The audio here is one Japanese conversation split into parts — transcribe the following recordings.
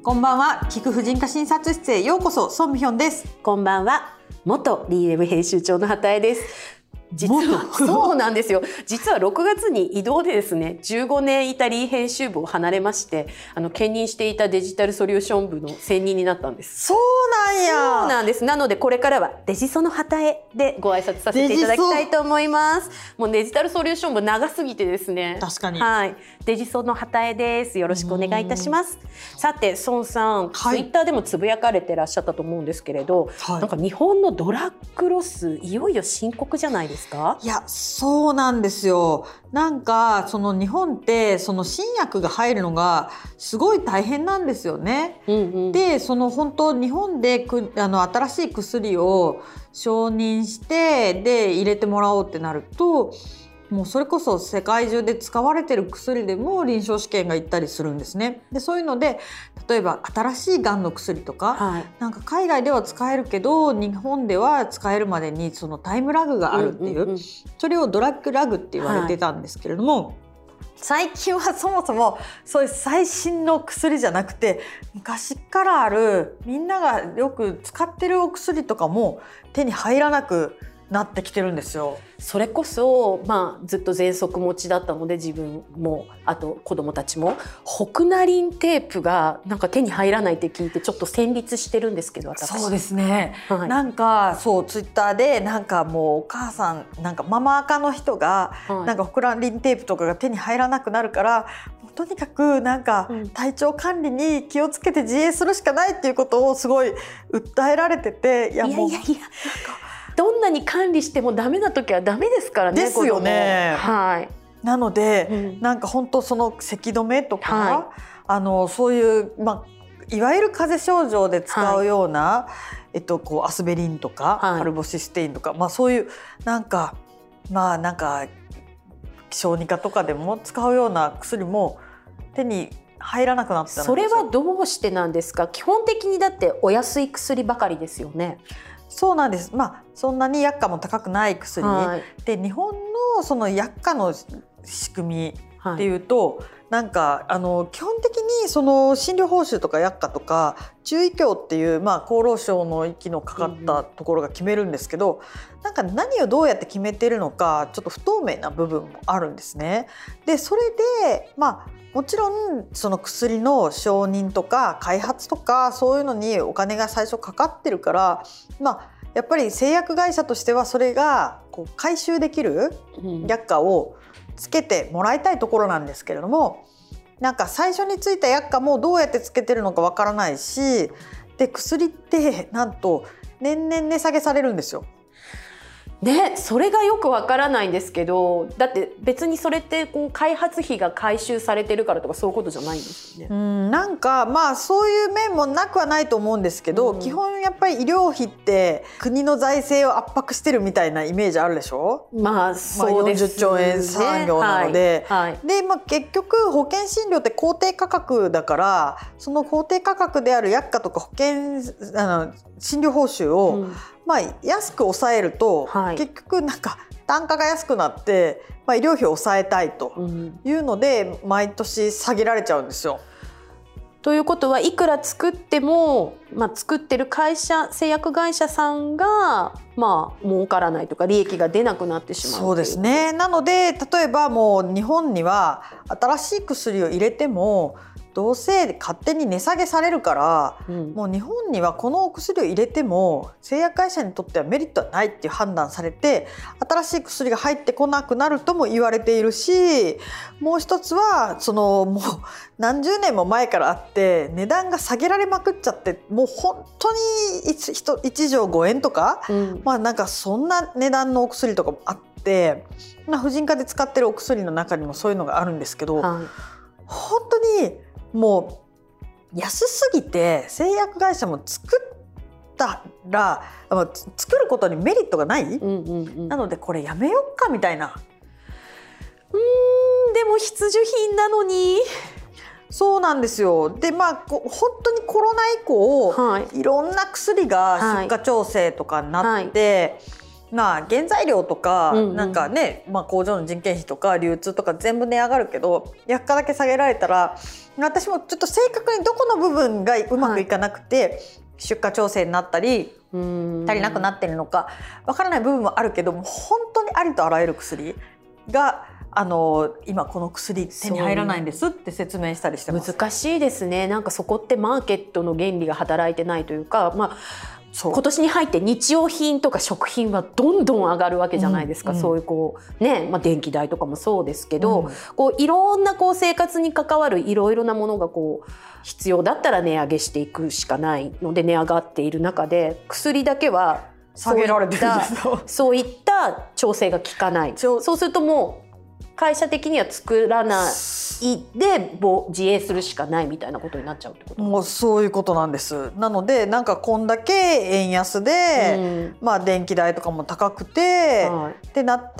こんばんは。聞く婦人科診察室へようこそ。ソンミヒョンです。 こんばんは。元 DM 編集長の畑江です。実はそうなんですよ。実は6月に異動でですね、15年いたリー編集部を離れまして、兼任していたデジタルソリューション部の専任になったんです。 そうなんや。 そうなんです。なのでこれからはデジソの畑江でご挨拶させていただきたいと思います。もうデジタルソリューション部長すぎてですね。 確かに。 はい。デジソの畑江です。よろしくお願いいたします。さて、ソンさん、ツイッターでもつぶやかれてらっしゃったと思うんですけれど、なんか日本のドラッグロス、いよいよ深刻じゃないですか？ いや、そうなんですよ。なんかその日本ってその新薬が入るのがすごい大変なんですよね。で、その本当日本で新しい薬を承認してで入れてもらおうってなると、もうそれこそ世界中で使われてる薬でも臨床試験が行ったりするんですね。で、そういうので例えば新しいがんの薬とか、なんか海外では使えるけど日本では使えるまでにそのタイムラグがあるっていう、それをドラッグラグって言われてたんですけれども、最近はそもそもそういう最新の薬じゃなくて昔からあるみんながよく使ってるお薬とかも手に入らなくなってきてるんですよ。 それこそ、ずっと喘息持ちだったので自分もあと子供たちもホクナリンテープがなんか手に入らないって聞いてちょっと戦慄してるんですけど、私。 そうですね、なんかそうツイッターでなんかもうお母さんなんかママ垢の人が、なんかホクナリンテープとかが手に入らなくなるからもうとにかくなんか体調管理に気をつけて自衛するしかないっていうことをすごい訴えられてて、 いやどんなに管理してもダメな時はダメですからね。 ですよね。 はい。 なので、なんか本当その咳止めとか、そういう、いわゆる風邪症状で使うような、こうアスベリンとか、カルボシステインとか、そういうなんか小児科とかでも使うような薬も手に入らなくなったんですよ。 それはどうしてなんですか？基本的にだってお安い薬ばかりですよね。 そうなんです。そんなに薬価も高くない薬、で日本のその薬価の仕組みっていうと、なんか基本的にその診療報酬とか薬価とか中医協っていう、厚労省の息のかかったところが決めるんですけど、なんか何をどうやって決めてるのかちょっと不透明な部分もあるんですね。でそれでもちろんその薬の承認とか開発とかそういうのにお金が最初かかってるから、やっぱり製薬会社としてはそれがこう回収できる薬価をつけてもらいたいところなんですけれども、なんか最初についた薬価もどうやってつけてるのかわからないし、で薬ってなんと年々値下げされるんですよ。 ね、それがよくわからないんですけど、だって別にそれってこう開発費が回収されてるからとかそういうことじゃないんですよね。 なんかそういう面もなくはないと思うんですけど、基本やっぱり医療費って国の財政を圧迫してるみたいなイメージあるでしょ。 そうですね。 40兆円産業なので、で、結局保険診療って公定価格だから、その公定価格である薬価とか保険診療報酬を、安く抑えると、結局なんか単価が安くなって、医療費を抑えたいというので、毎年下げられちゃうんですよ。 ということはいくら作っても、作ってる会社製薬会社さんが儲からないとか利益が出なくなってしまう。 そうですね。なので例えばもう日本には新しい薬を入れてもどうせ勝手に値下げされるから、もう日本にはこのお薬を入れても製薬会社にとってはメリットはないっていう判断されて、新しい薬が入ってこなくなるとも言われているし、もう一つはもう何十年も前からあって値段が下げられまくっちゃって、もう本当に1錠5円とか、なんかそんな値段のお薬とかもあって、婦人科で使ってるお薬の中にもそういうのがあるんですけど、本当にもう安すぎて製薬会社も作ったら作ることにメリットがない、なのでこれやめよっかみたいな。 でも必需品なのに。 そうなんですよ。で本当にコロナ以降、いろんな薬が出荷調整とかになって、 まあ原材料とか、なんかね、まあ、工場の人件費とか流通とか全部値上がるけど、薬価だけ下げられたら、私もちょっと正確にどこの部分がうまくいかなくて、出荷調整になったり足りなくなってるのかわからない部分もあるけども、本当にありとあらゆる薬が今この薬手に入らないんですって説明したりしてます。 難しいですね。なんかそこってマーケットの原理が働いてないというか、まあ今年に入って日用品とか食品はどんどん上がるわけじゃないですか。そういうね、まあ、電気代とかもそうですけど、いろんな生活に関わるいろいろなものが必要だったら値上げしていくしかないので値上がっている中で、薬だけは下げられてるんですよ。 そういった調整が効かない。そうするともう会社的には作らないで自営するしかないみたいなことになっちゃうってこと。 もうそういうことなんです。なのでなんかこんだけ円安で、まあ電気代とかも高くて、ってなって、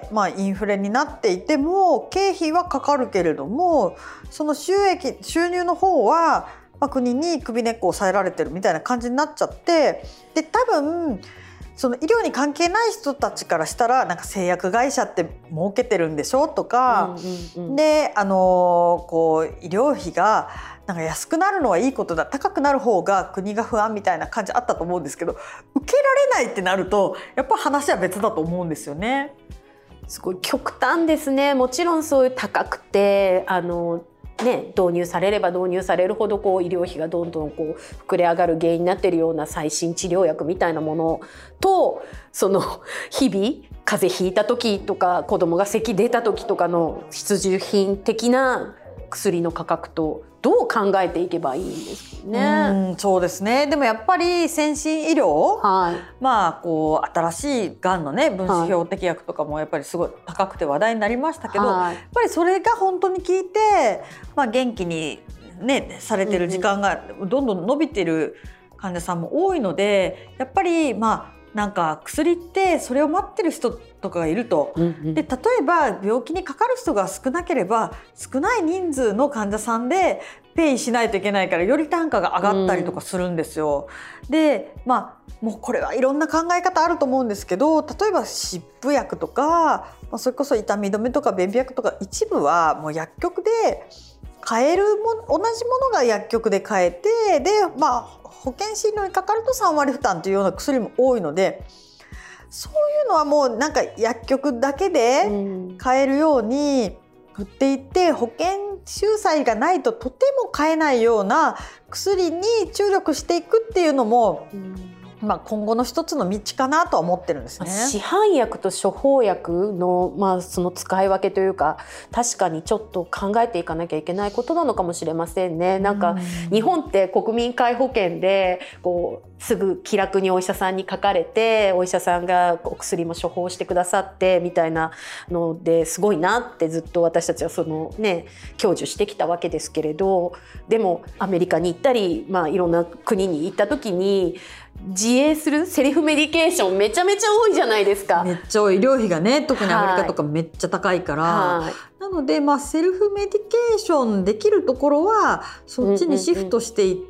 まあインフレになっていても経費はかかるけれども、その収入の方は、まあ、国に首根っこを押さえられてるみたいな感じになっちゃって、で多分その医療に関係ない人たちからしたら、なんか製薬会社って儲けてるんでしょとか、で医療費がなんか安くなるのはいいことだ、高くなる方が国が不安みたいな感じあったと思うんですけど、受けられないってなるとやっぱ話は別だと思うんですよね。 すごい極端ですね。もちろんそういう高くて導入されれば導入されるほど医療費がどんどん膨れ上がる原因になっているような最新治療薬みたいなものと、その日々風邪ひいた時とか子供が咳出た時とかの必需品的な薬の価格とどう考えていけばいいんですかね。 そうですね。でもやっぱり先進医療、まあ新しいがんのね分子標的薬とかもやっぱりすごい高くて話題になりましたけど、やっぱりそれが本当に効いて、まあ、元気にねされてる時間がどんどん伸びてる患者さんも多いので、やっぱりまあなんか薬ってそれを待ってる人とかがいると、で例えば病気にかかる人が少なければ少ない人数の患者さんでペイしないといけないから、より単価が上がったりとかするんですよ。でまあもうこれはいろんな考え方あると思うんですけど、例えば湿布薬とか、それこそ痛み止めとか便秘薬とか一部はもう薬局で買える同じものが薬局で買えて、でまあ保険診療にかかると3割負担というような薬も多いので、そういうのはもうなんか薬局だけで買えるように売っていて、保険収載がないととても買えないような薬に注力していくっていうのも、まあ、今後の一つの道かなとは思ってるんですね。 市販薬と処方薬の、まあ、その使い分けというか、確かにちょっと考えていかなきゃいけないことなのかもしれませんね。なんか日本って国民皆保険ですぐ気楽にお医者さんにかかれて、お医者さんがお薬も処方してくださってみたいなのですごいなってずっと私たちは享受してきたわけですけれど、でもアメリカに行ったり、まあ、いろんな国に行った時に自営するセルフメディケーションめちゃめちゃ多いじゃないですか。 めっちゃ多い。医療費がね、特にアメリカとかめっちゃ高いから、なので、まあ、セルフメディケーションできるところはそっちにシフトしていって、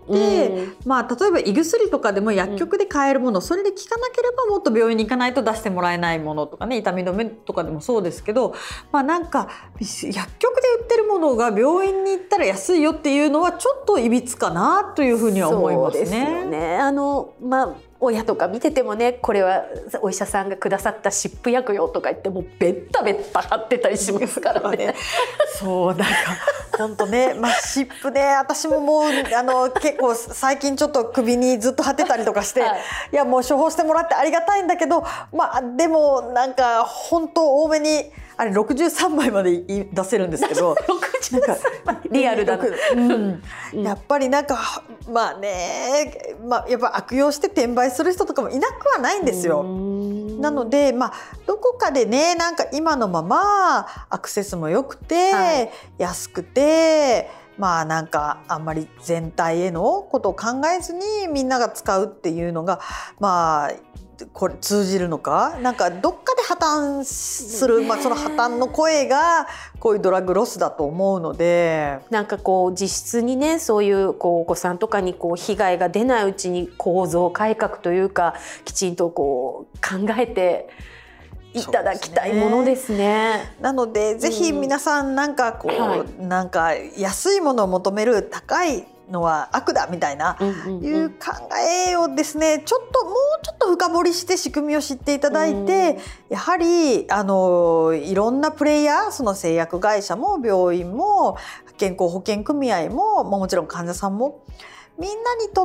まあ、例えば胃薬とかでも薬局で買えるもの、それで効かなければもっと病院に行かないと出してもらえないものとかね、痛み止めとかでもそうですけど、まあ、なんか薬局で売ってるものが病院に行ったら安いよっていうのはちょっといびつかなというふうには思いますね。 そうですよね。まあ親とか見ててもね、これはお医者さんがくださった湿布薬よとか言ってもうベッタベッタ貼ってたりしますからね。 そうなんか本当ね、まあ、湿布ね、私ももう結構最近ちょっと首にずっと貼ってたりとかして、いやもう処方してもらってありがたいんだけど、まあでもなんか本当多めにあれ63枚まで出せるんですけどなんかリアルだな、 やっぱりなんかまあね、まあ、やっぱ悪用して転売する人とかもいなくはないんですよ。なので、まあ、どこかでね、なんか今のままアクセスも良くて、安くて、 まあなんかあんまり全体へのことを考えずにみんなが使うっていうのがまあこれ通じるのか、なんかどっかで破綻する、その破綻の声がこういうドラッグロスだと思うので、 なんかこう実質にね、そういうこうお子さんとかにこう被害が出ないうちに構造改革というかきちんとこう考えていただきたいものですね。 なのでぜひ皆さんなんかこう、なんか安いものを求める高いのは悪だみたいないう考えをですね、もうちょっと深掘りして仕組みを知っていただいて、やはりいろんなプレイヤー、その製薬会社も病院も健康保険組合も、もちろん患者さんもみんなにとって、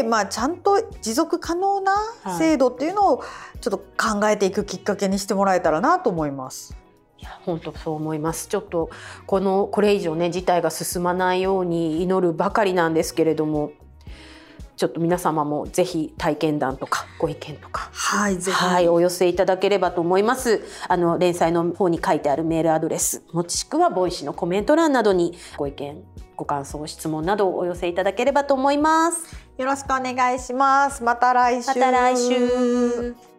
ちゃんと持続可能な制度っていうのをちょっと考えていくきっかけにしてもらえたらなと思います。 いや本当そう思います。ちょっとこれ以上ね事態が進まないように祈るばかりなんですけれども、ちょっと皆様もぜひ体験談とかご意見とか、 ぜひお寄せいただければと思います。連載の方に書いてあるメールアドレスもしくはボイシーのコメント欄などにご意見ご感想質問などをお寄せいただければと思います。 よろしくお願いします。また来週。 また来週。